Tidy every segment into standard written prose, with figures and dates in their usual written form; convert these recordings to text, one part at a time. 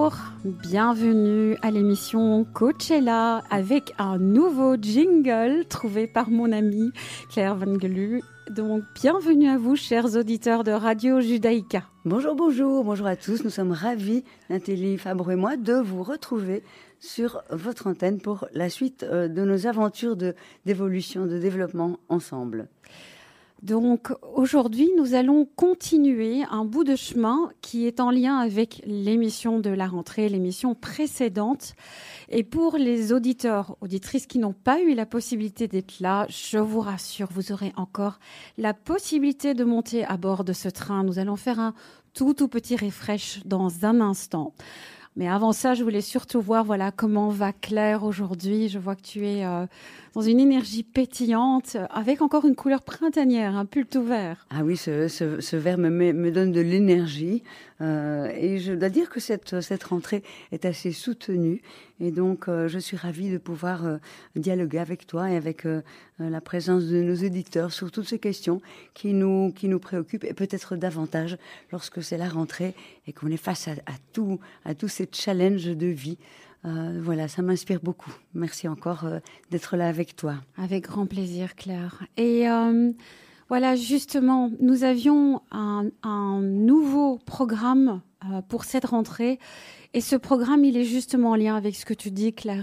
Bonjour, bienvenue à l'émission Coachella avec un nouveau jingle trouvé par mon amie Claire Van Gelu. Donc bienvenue à vous chers auditeurs de Radio Judaïka. Bonjour, bonjour, bonjour à tous. Nous sommes ravis, Nathalie Fabre et moi, de vous retrouver sur votre antenne pour la suite de nos aventures d'évolution, de développement ensemble. Donc aujourd'hui, nous allons continuer un bout de chemin qui est en lien avec l'émission de la rentrée, l'émission précédente. Et pour les auditeurs, auditrices qui n'ont pas eu la possibilité d'être là, je vous rassure, vous aurez encore la possibilité de monter à bord de ce train. Nous allons faire un tout petit refresh dans un instant. Mais avant ça, je voulais surtout voir comment va Claire aujourd'hui. Je vois que tu es dans une énergie pétillante, avec encore une couleur printanière, un pull tout vert. Ah oui, ce vert me donne de l'énergie. Et je dois dire que cette rentrée est assez soutenue. Et donc, je suis ravie de pouvoir dialoguer avec toi et avec la présence de nos éditeurs sur toutes ces questions qui nous préoccupent et peut-être davantage lorsque c'est la rentrée et qu'on est face à tous ces challenges de vie. Voilà, ça m'inspire beaucoup. Merci encore d'être là avec toi. Avec grand plaisir, Claire. Et voilà, justement, nous avions un nouveau programme pour cette rentrée. Et ce programme, il est justement en lien avec ce que tu dis, Claire.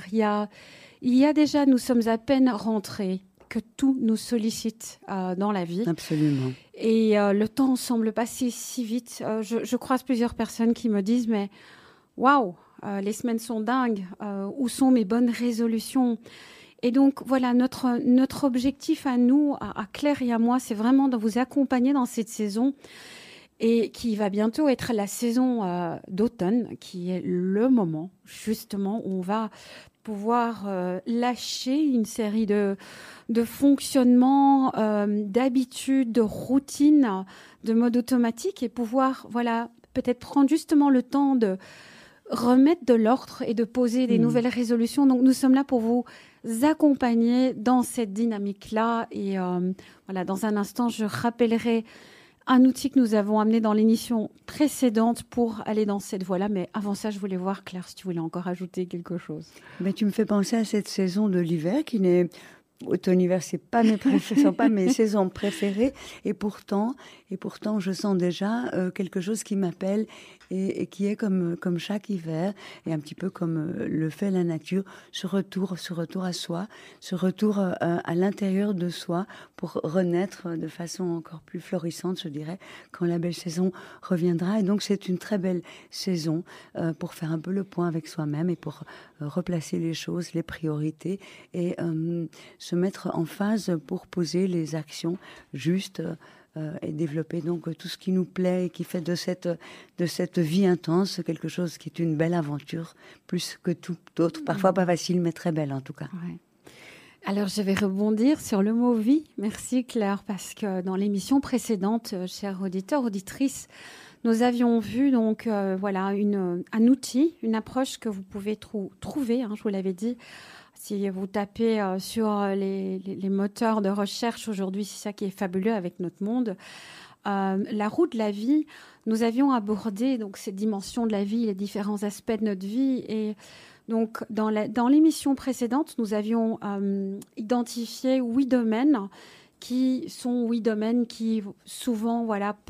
Il y a déjà, nous sommes à peine rentrés, que tout nous sollicite dans la vie. Absolument. Et le temps semble passer si vite. Je croise plusieurs personnes qui me disent, mais waouh, les semaines sont dingues. Où sont mes bonnes résolutions ? Et donc, voilà, notre objectif à nous, à Claire et à moi, c'est vraiment de vous accompagner dans cette saison et qui va bientôt être la saison d'automne, qui est le moment, justement, où on va pouvoir lâcher une série de fonctionnements, d'habitudes, de routines, de mode automatique et pouvoir, peut-être prendre justement le temps de remettre de l'ordre et de poser des nouvelles résolutions. Donc, nous sommes là pour vous accompagner dans cette dynamique-là. Et dans un instant, je rappellerai un outil que nous avons amené dans l'émission précédente pour aller dans cette voie-là. Mais avant ça, je voulais voir, Claire, si tu voulais encore ajouter quelque chose. Mais tu me fais penser à cette saison de l'hiver qui n'est... Automne-hiver, ce ne sont pas mes saisons préférées. Et pourtant, je sens déjà quelque chose qui m'appelle et qui est comme chaque hiver et un petit peu comme le fait la nature, ce retour à soi, ce retour à l'intérieur de soi pour renaître de façon encore plus florissante, je dirais, quand la belle saison reviendra. Et donc, c'est une très belle saison pour faire un peu le point avec soi-même et pour replacer les choses, les priorités et se mettre en phase pour poser les actions justes et développer donc tout ce qui nous plaît et qui fait de cette vie intense quelque chose qui est une belle aventure, plus que tout autre. Parfois pas facile, mais très belle en tout cas. Ouais. Alors, je vais rebondir sur le mot « vie ». Merci Claire, parce que dans l'émission précédente, chers auditeurs, auditrices, nous avions vu donc un outil, une approche que vous pouvez trouver, je vous l'avais dit. Si vous tapez sur les moteurs de recherche aujourd'hui, c'est ça qui est fabuleux avec notre monde. La roue de la vie, nous avions abordé donc ces dimensions de la vie, les différents aspects de notre vie. Et donc, dans l'émission précédente, nous avions identifié 8 domaines qui sont 8 domaines qui souvent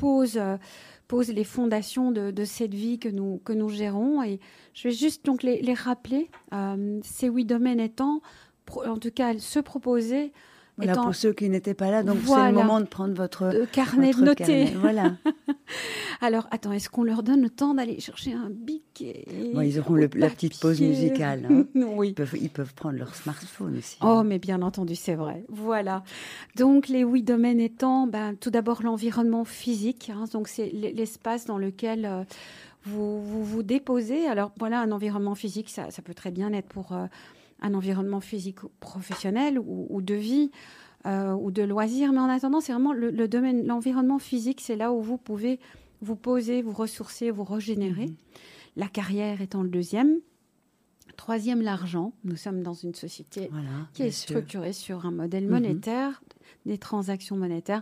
posent les fondations de cette vie que nous gérons. Et je vais juste donc les rappeler. Ces 8 domaines étant, en tout cas, se proposer. Voilà, pour ceux qui n'étaient pas là, donc c'est le moment de prendre votre carnet de noter. Voilà. Alors, attends, est-ce qu'on leur donne le temps d'aller chercher un bic ils auront la petite pause musicale. Hein. Oui. Ils peuvent prendre leur smartphone aussi. Oh, mais bien entendu, c'est vrai. Voilà. Donc, les 8 domaines étant, tout d'abord, l'environnement physique. Donc, c'est l'espace dans lequel vous déposez. Alors, voilà, un environnement physique, ça peut très bien être pour un environnement physique professionnel ou de vie ou de loisirs. Mais en attendant, c'est vraiment le domaine, l'environnement physique, c'est là où vous pouvez vous poser, vous ressourcer, vous régénérer. La carrière étant le deuxième. Troisième, l'argent. Nous sommes dans une société qui est structurée sur un modèle monétaire, des transactions monétaires.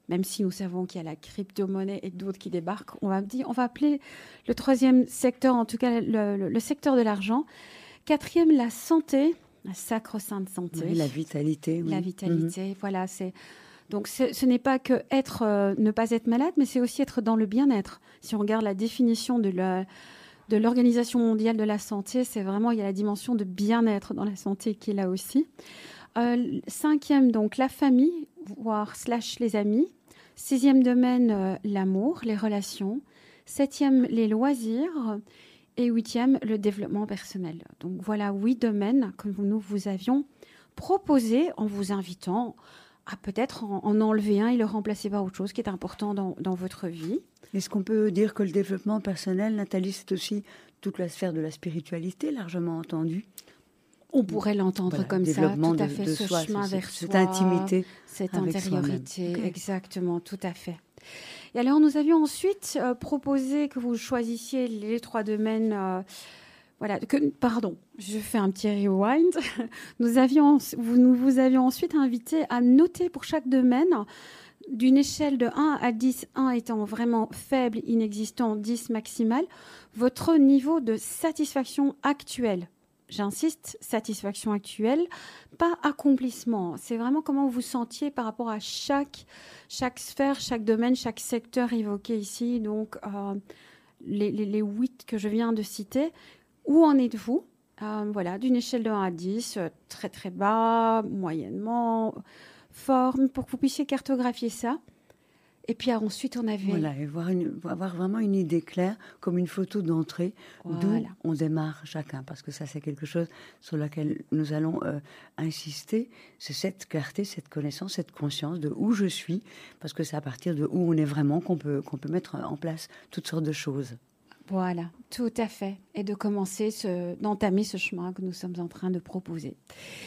même si nous savons qu'il y a la crypto-monnaie et d'autres qui débarquent, on va appeler le troisième secteur, en tout cas le secteur de l'argent. Quatrième, la santé, la sacro-sainte santé. Oui, la vitalité. Oui. La vitalité, voilà. Donc, ce n'est pas que ne pas être malade, mais c'est aussi être dans le bien-être. Si on regarde la définition de l'Organisation mondiale de la santé, c'est vraiment, il y a la dimension de bien-être dans la santé qui est là aussi. Cinquième, donc, la famille, voire / les amis. Sixième domaine, l'amour, les relations. Septième, les loisirs. Et huitième, le développement personnel. Donc voilà 8 domaines que nous vous avions proposés en vous invitant à peut-être en enlever un et le remplacer par autre chose qui est important dans votre vie. Est-ce qu'on peut dire que le développement personnel, Nathalie, c'est aussi toute la sphère de la spiritualité, largement entendue? On pourrait l'entendre comme ça, tout à fait, ce chemin vers soi, cette intimité, cette intériorité, okay. Exactement, tout à fait. Et alors, nous avions ensuite proposé que vous choisissiez les 3 domaines. Pardon, je fais un petit rewind. Nous vous avions ensuite invité à noter pour chaque domaine, d'une échelle de 1 à 10, 1 étant vraiment faible, inexistant, 10 maximal, votre niveau de satisfaction actuelle. J'insiste, satisfaction actuelle, pas accomplissement. C'est vraiment comment vous vous sentiez par rapport à chaque sphère, chaque domaine, chaque secteur évoqué ici. Donc, les 8 que je viens de citer. Où en êtes-vous ? D'une échelle de 1 à 10, très très bas, moyennement, fort, pour que vous puissiez cartographier ça. Et puis ensuite, on avait... Voilà, et avoir vraiment une idée claire, comme une photo d'entrée, d'où on démarre chacun. Parce que ça, c'est quelque chose sur lequel nous allons insister. C'est cette clarté, cette connaissance, cette conscience de où je suis. Parce que c'est à partir de où on est vraiment qu'on peut mettre en place toutes sortes de choses. Voilà, tout à fait. Et de commencer, d'entamer ce chemin que nous sommes en train de proposer.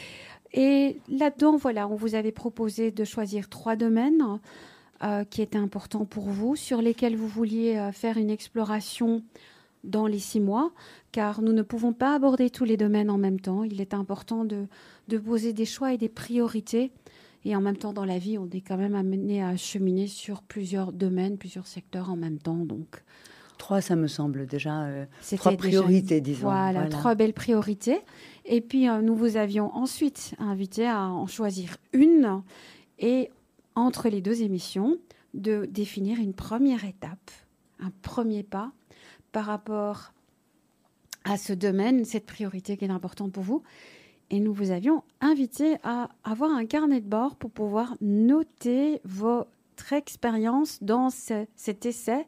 Et là-dedans, on vous avait proposé de choisir 3 domaines qui étaient importants pour vous, sur lesquels vous vouliez faire une exploration dans les 6 mois, car nous ne pouvons pas aborder tous les domaines en même temps. Il est important de poser des choix et des priorités. Et en même temps, dans la vie, on est quand même amené à cheminer sur plusieurs domaines, plusieurs secteurs en même temps. Donc, 3, ça me semble déjà 3 priorités, disons. Voilà, 3 belles priorités. Et puis, nous vous avions ensuite invité à en choisir une et, entre les 2 émissions, de définir une première étape, un premier pas par rapport à ce domaine, cette priorité qui est importante pour vous. Et nous vous avions invité à avoir un carnet de bord pour pouvoir noter votre expérience dans cet essai.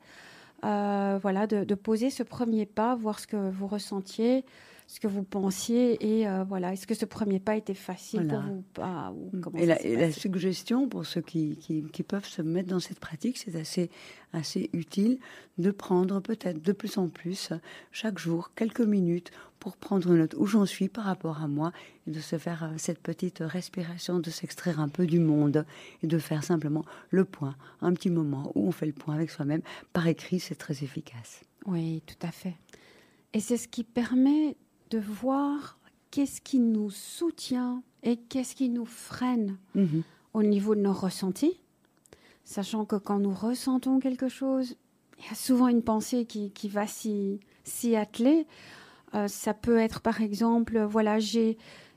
De poser ce premier pas, voir ce que vous ressentiez, ce que vous pensiez et est-ce que ce premier pas était facile pour vous pas et la suggestion pour ceux qui peuvent se mettre dans cette pratique, c'est assez utile de prendre peut-être de plus en plus chaque jour quelques minutes pour prendre note où j'en suis par rapport à moi et de se faire cette petite respiration, de s'extraire un peu du monde et de faire simplement le point, un petit moment où on fait le point avec soi-même. Par écrit, c'est très efficace. Oui, tout à fait. Et c'est ce qui permet de voir qu'est-ce qui nous soutient et qu'est-ce qui nous freine au niveau de nos ressentis, sachant que quand nous ressentons quelque chose, il y a souvent une pensée qui va s'y atteler. Ça peut être, par exemple, j'ai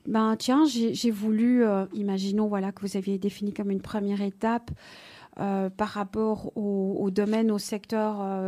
voulu, imaginons que vous aviez défini comme une première étape par rapport au domaine, au secteur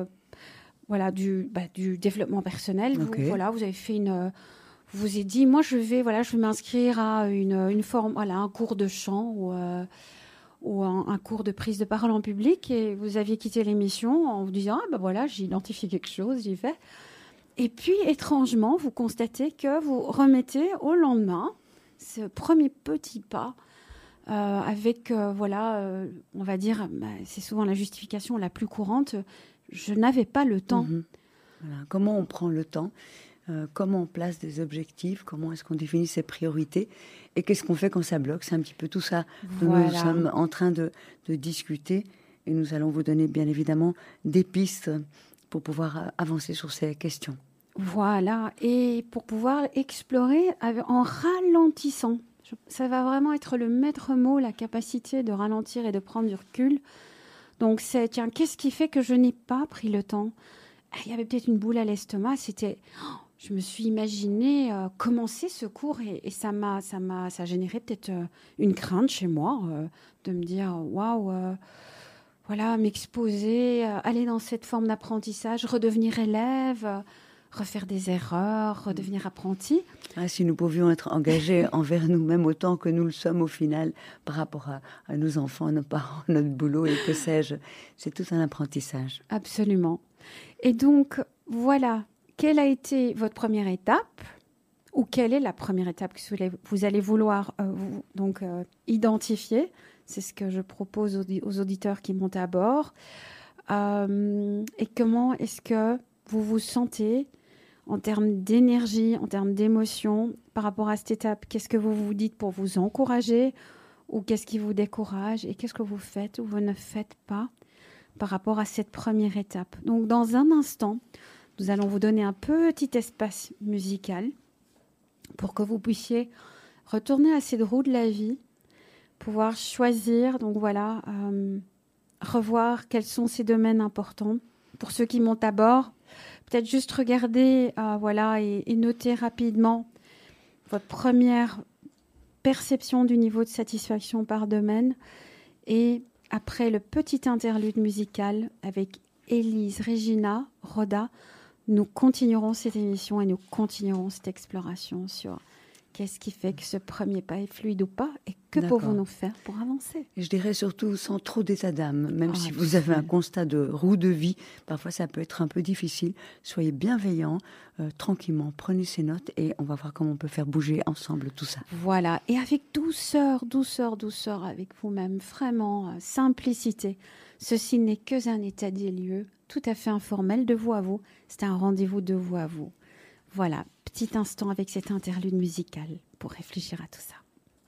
du développement personnel. Okay. Vous avez fait vous vous êtes dit, moi je vais m'inscrire à une forme, un cours de chant ou un cours de prise de parole en public, et vous aviez quitté l'émission en vous disant, j'ai identifié quelque chose, j'y vais. Et puis, étrangement, vous constatez que vous remettez au lendemain ce premier petit pas avec, on va dire, c'est souvent la justification la plus courante, je n'avais pas le temps. Voilà. Comment on prend le temps, comment on place des objectifs, comment est-ce qu'on définit ses priorités et qu'est-ce qu'on fait quand ça bloque. C'est un petit peu tout ça dont nous sommes en train de discuter, et nous allons vous donner bien évidemment des pistes pour pouvoir avancer sur ces questions. Voilà, et pour pouvoir explorer en ralentissant. Ça va vraiment être le maître mot, la capacité de ralentir et de prendre du recul Donc, c'est, tiens, qu'est-ce qui fait que je n'ai pas pris le temps? Il y avait peut-être une boule à l'estomac. Je me suis imaginé commencer ce cours et ça a généré peut-être une crainte chez moi de me dire, waouh, voilà, m'exposer, aller dans cette forme d'apprentissage, redevenir élève, refaire des erreurs, redevenir apprenti. Si nous pouvions être engagés envers nous-mêmes autant que nous le sommes au final par rapport à nos enfants, nos parents, notre boulot et que sais-je, c'est tout un apprentissage. Absolument. Et donc, voilà, quelle a été votre première étape ou quelle est la première étape que vous allez vouloir identifier? C'est ce que je propose aux auditeurs qui montent à bord. Et comment est-ce que vous vous sentez en termes d'énergie, en termes d'émotion par rapport à cette étape? Qu'est-ce que vous vous dites pour vous encourager ou qu'est-ce qui vous décourage? Et qu'est-ce que vous faites ou vous ne faites pas par rapport à cette première étape? Donc, dans un instant, nous allons vous donner un petit espace musical pour que vous puissiez retourner à cette roue de la vie, pouvoir choisir, donc voilà, revoir quels sont ces domaines importants. Pour ceux qui montent à bord, peut-être juste regarder et noter rapidement votre première perception du niveau de satisfaction par domaine. Et après le petit interlude musical avec Élise, Regina, Rhoda, nous continuerons cette émission et nous continuerons cette exploration sur qu'est-ce qui fait que ce premier pas est fluide ou pas et que pouvons-nous faire pour avancer. Je dirais surtout sans trop d'état d'âme, même si vous avez un constat de roue de vie, parfois ça peut être un peu difficile. Soyez bienveillants, tranquillement, prenez ces notes et on va voir comment on peut faire bouger ensemble tout ça. Voilà, et avec douceur, avec vous-même, vraiment, simplicité. Ceci n'est que un état des lieux, tout à fait informel de vous à vous. C'est un rendez-vous de vous à vous. Voilà, petit instant avec cet interlude musical pour réfléchir à tout ça.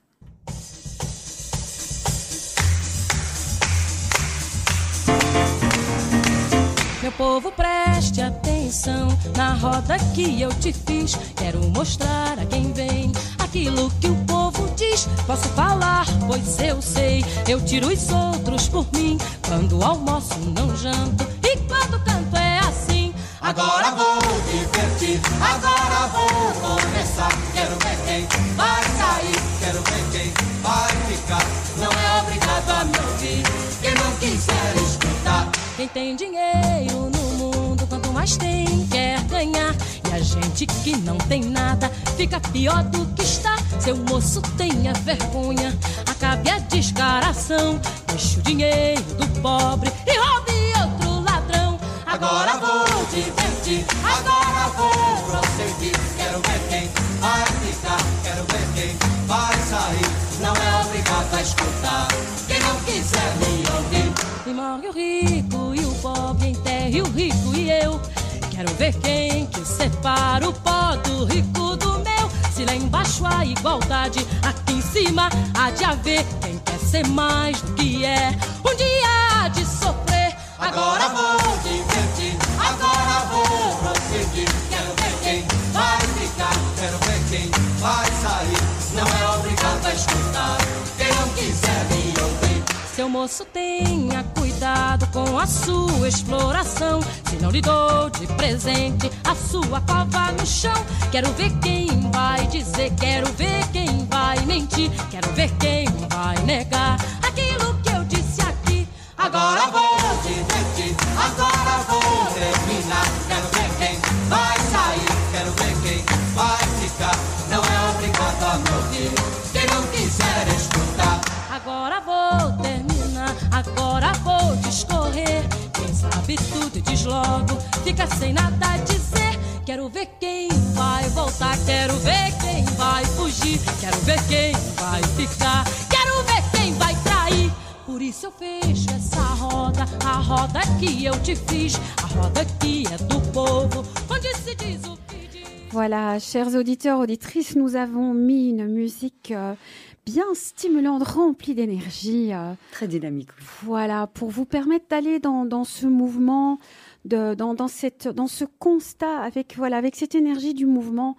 Meu povo, preste atenção na roda que eu te fiz. Quero mostrar a quem vem aquilo que o povo diz. Posso falar, pois eu sei. Eu tiro os outros por mim. Quando almoço não janto e quando canto é assim. Agora vou divertir, agora vou começar. Quero ver quem vai sair, quero ver quem vai ficar. Não é obrigado a me ouvir, quem não quiser escutar. Quem tem dinheiro no mundo, quanto mais tem, quer ganhar. E a gente que não tem nada, fica pior do que está. Seu moço, tenha vergonha, acabe a descaração. Deixe o dinheiro do pobre e roube outro ladrão. Agora vou divertir, agora vou prosseguir. Quero ver quem vai ficar, quero ver quem vai sair. Não é obrigado a escutar, quem não quiser me ouvir. E morre o rico e o pobre, enterre o rico e eu. Quero ver quem que separa o pó do rico do meu. Se lá embaixo há igualdade, aqui em cima há de haver. Quem quer ser mais do que é, um dia há de sofrer. Agora vou divertir, agora vou prosseguir. Quero ver quem vai ficar, quero ver quem vai sair. Não é obrigado a escutar, quem não quiser me ouvir. Seu moço, tenha cuidado com a sua exploração. Se não lhe dou de presente a sua cova no chão. Quero ver quem vai dizer, quero ver quem vai mentir. Quero ver quem vai negar aquilo que eu disse aqui. Agora vou divertir, agora vou terminar. Quero ver quem vai sair, quero ver quem vai ficar. Não é obrigado a me ouvir, quem não quiser escutar. Agora vou terminar, agora vou discorrer. Quem sabe tudo diz logo, fica sem nada a dizer. Quero ver quem vai voltar, quero ver quem vai fugir. Quero ver quem vai ficar, quero ver quem vai trair. Por isso eu fecho essa roda, a roda que eu te fiz, a roda que é do povo, onde se diz o que diz. Voilà, chers auditeurs, auditrices, nous avons mis une musique bien stimulante, remplie d'énergie. Très dynamique. Voilà, pour vous permettre d'aller dans ce mouvement, dans ce constat, avec cette énergie du mouvement.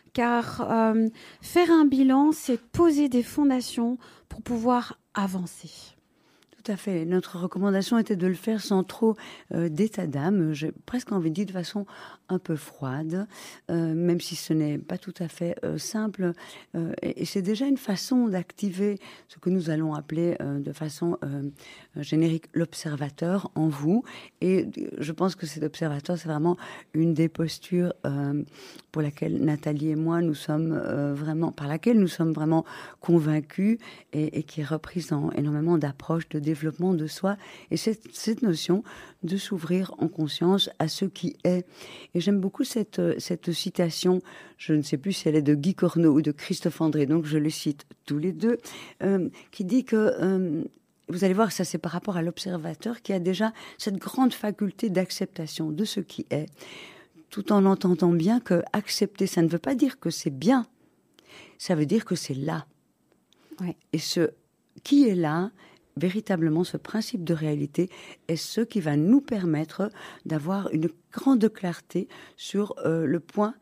Car faire un bilan, c'est poser des fondations pour pouvoir avancer. à fait. Notre recommandation était de le faire sans trop d'état d'âme. J'ai presque envie de dire de façon un peu froide, même si ce n'est pas tout à fait simple. Et c'est déjà une façon d'activer ce que nous allons appeler de façon générique l'observateur en vous. Et je pense que cet observateur, c'est vraiment une des postures pour laquelle Nathalie et moi, par laquelle nous sommes vraiment convaincus et qui est reprise dans énormément d'approches de développement de soi, et cette notion de s'ouvrir en conscience à ce qui est. Et j'aime beaucoup cette citation, je ne sais plus si elle est de Guy Corneau ou de Christophe André, donc je les cite tous les deux, qui dit que, vous allez voir, ça c'est par rapport à l'observateur qui a déjà cette grande faculté d'acceptation de ce qui est, tout en entendant bien que accepter, ça ne veut pas dire que c'est bien, ça veut dire que c'est là. Ouais. Et ce qui est là, véritablement, ce principe de réalité est ce qui va nous permettre d'avoir une grande clarté sur le point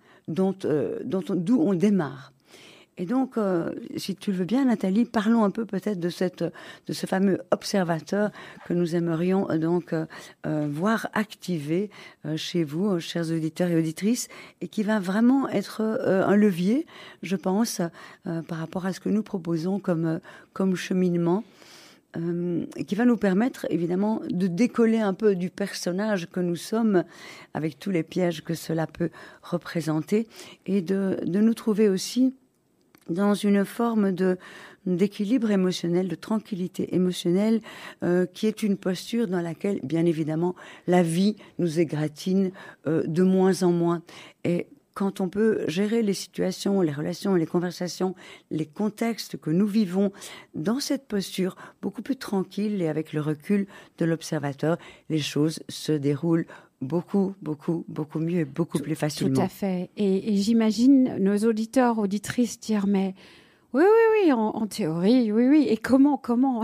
d'où on démarre. Et donc, si tu le veux bien, Nathalie, parlons un peu peut-être de ce fameux observateur que nous aimerions donc voir activé chez vous, chers auditeurs et auditrices, et qui va vraiment être un levier, je pense, par rapport à ce que nous proposons comme cheminement. Qui va nous permettre évidemment de décoller un peu du personnage que nous sommes, avec tous les pièges que cela peut représenter, et de nous trouver aussi dans une forme d'équilibre émotionnel, de tranquillité émotionnelle, qui est une posture dans laquelle, bien évidemment, la vie nous égratigne de moins en moins. Et quand on peut gérer les situations, les relations, les conversations, les contextes que nous vivons dans cette posture beaucoup plus tranquille et avec le recul de l'observateur, les choses se déroulent beaucoup mieux et beaucoup plus facilement. Tout à fait. Et j'imagine nos auditeurs, auditrices dire, mais oui, en théorie, oui. Et comment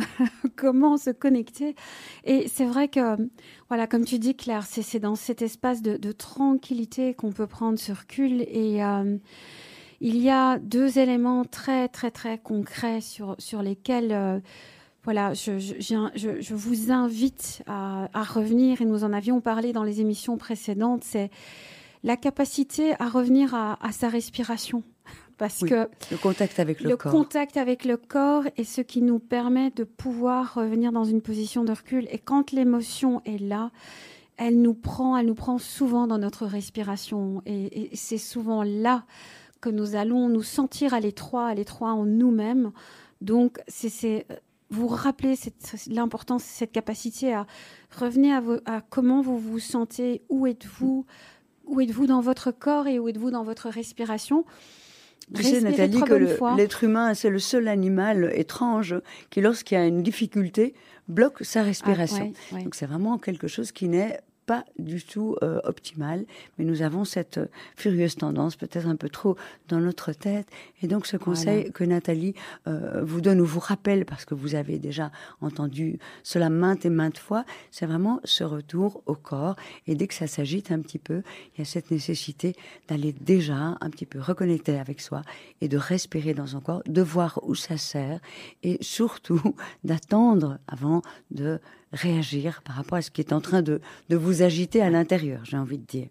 se connecter? Et c'est vrai que, voilà, comme tu dis, Claire, c'est dans cet espace de tranquillité qu'on peut prendre ce recul. Et il y a deux éléments très, très, très concrets sur lesquels... Voilà, je vous invite à revenir, et nous en avions parlé dans les émissions précédentes, c'est la capacité à revenir à sa respiration. Parce que le contact avec le corps. Le contact avec le corps est ce qui nous permet de pouvoir revenir dans une position de recul. Et quand l'émotion est là, elle nous prend souvent dans notre respiration. Et c'est souvent là que nous allons nous sentir à l'étroit en nous-mêmes. Donc, vous rappelez l'importance, cette capacité à revenir à comment vous vous sentez, où êtes-vous dans votre corps et où êtes-vous dans votre respiration. Tu sais, Nathalie, que l'être humain, c'est le seul animal étrange qui, lorsqu'il y a une difficulté, bloque sa respiration. Ouais. Donc c'est vraiment quelque chose qui n'est pas du tout optimal, mais nous avons cette furieuse tendance, peut-être un peu trop dans notre tête. Et donc ce conseil que Nathalie vous donne ou vous rappelle, parce que vous avez déjà entendu cela maintes et maintes fois, c'est vraiment ce retour au corps. Et dès que ça s'agite un petit peu, il y a cette nécessité d'aller déjà un petit peu reconnecter avec soi et de respirer dans son corps, de voir où ça sert et surtout d'attendre avant de réagir par rapport à ce qui est en train de vous agiter à l'intérieur, j'ai envie de dire.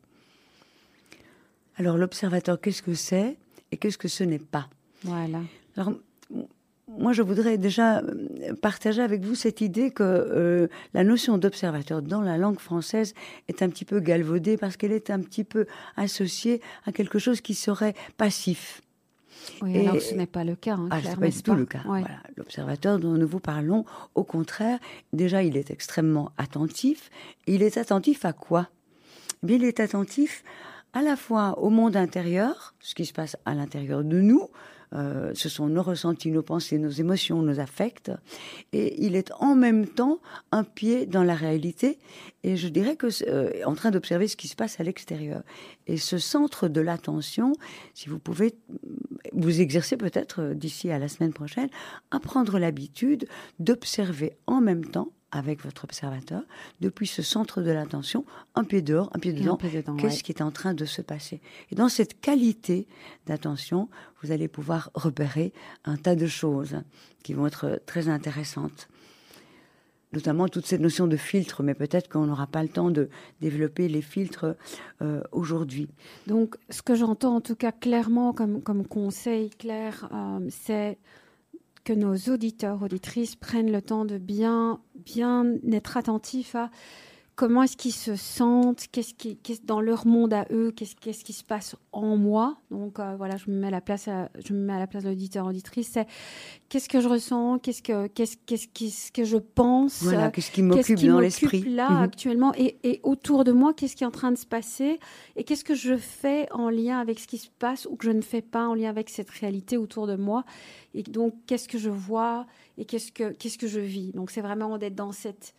Alors, l'observateur, qu'est-ce que c'est et qu'est-ce que ce n'est pas? Voilà. Alors, moi, je voudrais déjà partager avec vous cette idée que la notion d'observateur dans la langue française est un petit peu galvaudée parce qu'elle est un petit peu associée à quelque chose qui serait passif. Oui, alors ce n'est pas le cas, Claire, c'est pas du tout le cas. Ouais. Voilà. L'observateur dont nous vous parlons, au contraire, déjà, il est extrêmement attentif. Il est attentif à quoi? Eh bien, il est attentif à la fois au monde intérieur, ce qui se passe à l'intérieur de nous, ce sont nos ressentis, nos pensées, nos émotions, nos affects, et il est en même temps un pied dans la réalité, et je dirais que en train d'observer ce qui se passe à l'extérieur. Et ce centre de l'attention, si vous pouvez vous exercer peut-être d'ici à la semaine prochaine, à prendre l'habitude d'observer en même temps avec votre observateur, depuis ce centre de l'attention, un pied dehors, un pied dedans, qu'est-ce qui est en train de se passer. Et dans cette qualité d'attention, vous allez pouvoir repérer un tas de choses qui vont être très intéressantes. notamment toute cette notion de filtre, mais peut-être qu'on n'aura pas le temps de développer les filtres aujourd'hui. Donc, ce que j'entends en tout cas clairement comme conseil clair, c'est que nos auditeurs, auditrices prennent le temps de bien être attentifs à comment est-ce qu'ils se sentent, qu'est-ce dans leur monde à eux, qu'est-ce qui se passe en moi. Donc voilà, je me mets à la place de l'auditeur, auditrice. C'est qu'est-ce que je ressens, qu'est-ce que je pense, voilà, qu'est-ce qui m'occupe dans l'esprit là actuellement, et autour de moi, qu'est-ce qui est en train de se passer, et qu'est-ce que je fais en lien avec ce qui se passe ou que je ne fais pas en lien avec cette réalité autour de moi. Et donc qu'est-ce que je vois et qu'est-ce que je vis. Donc c'est vraiment d'être dans cette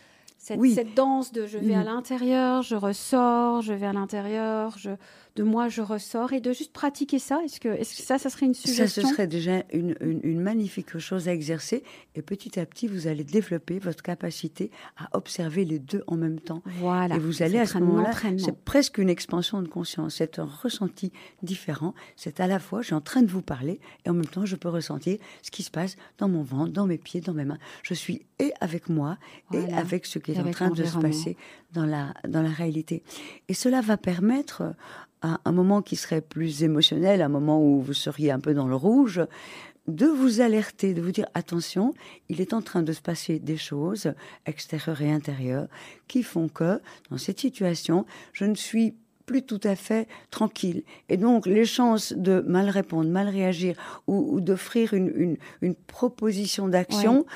danse de je vais à l'intérieur, je ressors, je vais à l'intérieur, de moi je ressors, et de juste pratiquer ça. Est-ce que ça serait une suggestion? Ça, ce serait déjà une magnifique chose à exercer, et petit à petit, vous allez développer votre capacité à observer les deux en même temps. Voilà. Et vous allez à ce moment-là, c'est presque une expansion de conscience, c'est un ressenti différent, c'est à la fois, je suis en train de vous parler, et en même temps, je peux ressentir ce qui se passe dans mon ventre, dans mes pieds, dans mes mains. Je suis et avec moi, et avec ce qui est en train de se passer dans la réalité. Et cela va permettre, à un moment qui serait plus émotionnel, un moment où vous seriez un peu dans le rouge, de vous alerter, de vous dire attention, il est en train de se passer des choses extérieures et intérieures qui font que, dans cette situation, je ne suis plus tout à fait tranquille. Et donc, les chances de mal répondre, mal réagir ou d'offrir une proposition d'action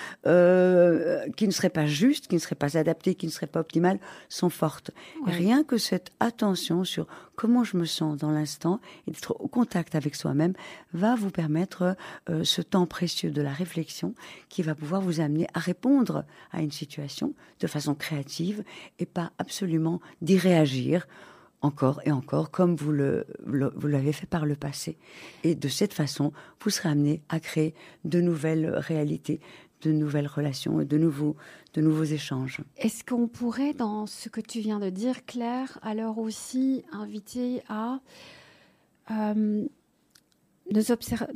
qui ne serait pas juste, qui ne serait pas adaptée, qui ne serait pas optimale, sont fortes. Et rien que cette attention sur comment je me sens dans l'instant et d'être au contact avec soi-même va vous permettre ce temps précieux de la réflexion qui va pouvoir vous amener à répondre à une situation de façon créative et pas absolument d'y réagir encore et encore, comme vous l'avez fait par le passé. Et de cette façon, vous serez amené à créer de nouvelles réalités, de nouvelles relations et de nouveaux échanges. Est-ce qu'on pourrait, dans ce que tu viens de dire, Claire, alors aussi inviter à nos auditeurs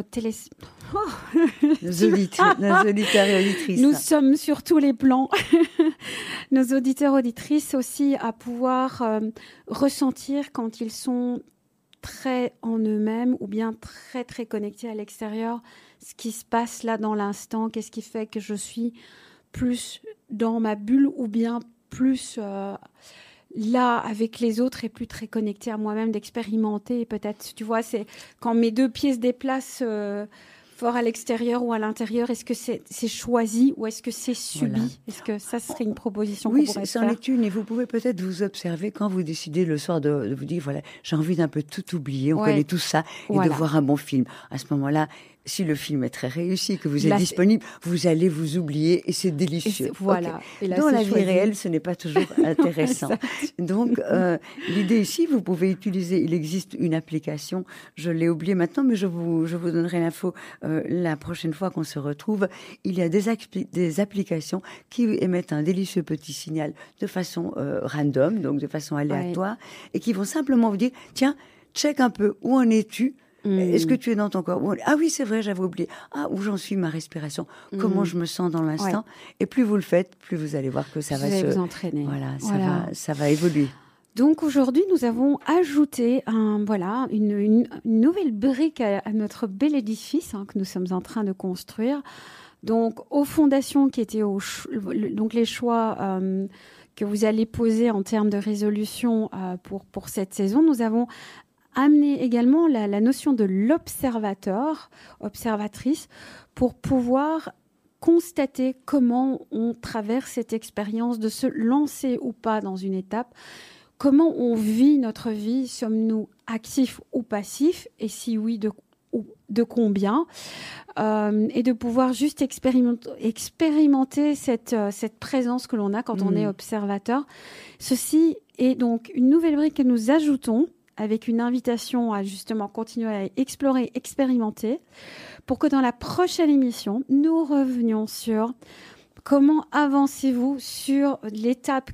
et auditrices. Nous sommes sur tous les plans. Nos auditeurs et auditrices aussi à pouvoir ressentir quand ils sont très en eux-mêmes ou bien très, très connectés à l'extérieur, ce qui se passe là dans l'instant, qu'est-ce qui fait que je suis plus dans ma bulle ou bien plus là avec les autres et plus très connectée à moi-même, d'expérimenter. Et peut-être, tu vois, c'est quand mes deux pieds se déplacent fort à l'extérieur ou à l'intérieur, est-ce que c'est choisi ou est-ce que c'est subi? Voilà. Est-ce que ça serait une proposition qu'on pourrait faire? Oui, c'en est une. Et vous pouvez peut-être vous observer quand vous décidez le soir de vous dire, voilà, j'ai envie d'un peu tout oublier, on connaît tout ça, et de voir un bon film. À ce moment-là, si le film est très réussi, que vous êtes disponible, vous allez vous oublier et c'est délicieux. Voilà. Okay. Dans la vie réelle, ce n'est pas toujours intéressant. Donc, l'idée ici, vous pouvez utiliser, il existe une application, je l'ai oubliée maintenant, mais je vous donnerai l'info la prochaine fois qu'on se retrouve. Il y a des applications qui émettent un délicieux petit signal de façon random, donc de façon aléatoire, et qui vont simplement vous dire, tiens, check un peu, où en es-tu? Est-ce que tu es dans ton corps? Ah oui, c'est vrai, j'avais oublié. Ah, où j'en suis, ma respiration? Comment je me sens dans l'instant? Et plus vous le faites, plus vous allez voir que ça va vous entraîner. Voilà, ça va évoluer. Donc aujourd'hui, nous avons ajouté une nouvelle brique à notre bel édifice que nous sommes en train de construire. Donc aux fondations qui étaient donc les choix que vous allez poser en termes de résolution pour cette saison, nous avons amener également la notion de l'observateur, observatrice, pour pouvoir constater comment on traverse cette expérience de se lancer ou pas dans une étape, comment on vit notre vie, sommes-nous actifs ou passifs, et si oui, de combien, et de pouvoir juste expérimenter cette présence que l'on a quand on est observateur. Ceci est donc une nouvelle brique que nous ajoutons, avec une invitation à justement continuer à explorer, expérimenter, pour que dans la prochaine émission, nous revenions sur comment avancez-vous sur une étape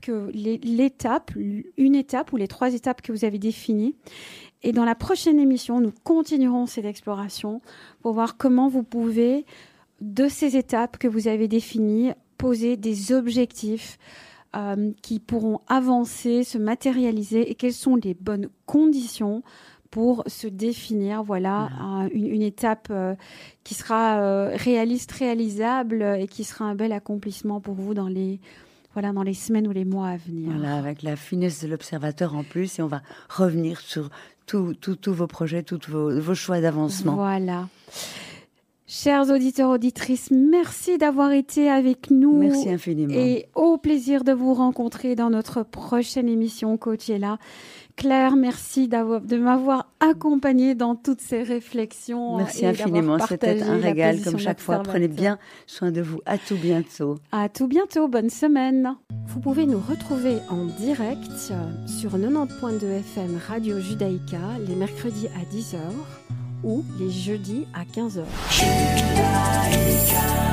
ou les 3 étapes que vous avez définies. Et dans la prochaine émission, nous continuerons cette exploration pour voir comment vous pouvez, de ces étapes que vous avez définies, poser des objectifs qui pourront avancer, se matérialiser et quelles sont les bonnes conditions pour se définir, une étape qui sera réaliste, réalisable et qui sera un bel accomplissement pour vous dans les semaines ou les mois à venir. Voilà, avec la finesse de l'observateur en plus, et on va revenir sur tous vos projets, tous vos choix d'avancement. Voilà. Chers auditeurs, auditrices, merci d'avoir été avec nous. Merci infiniment. Et au plaisir de vous rencontrer dans notre prochaine émission Coachella. Claire, merci de m'avoir accompagnée dans toutes ces réflexions. Merci infiniment, c'était un régal comme chaque fois. Prenez bien soin de vous. À tout bientôt. À tout bientôt, bonne semaine. Vous pouvez nous retrouver en direct sur 90.2 FM Radio Judaïka les mercredis à 10h ou les jeudis à 15h.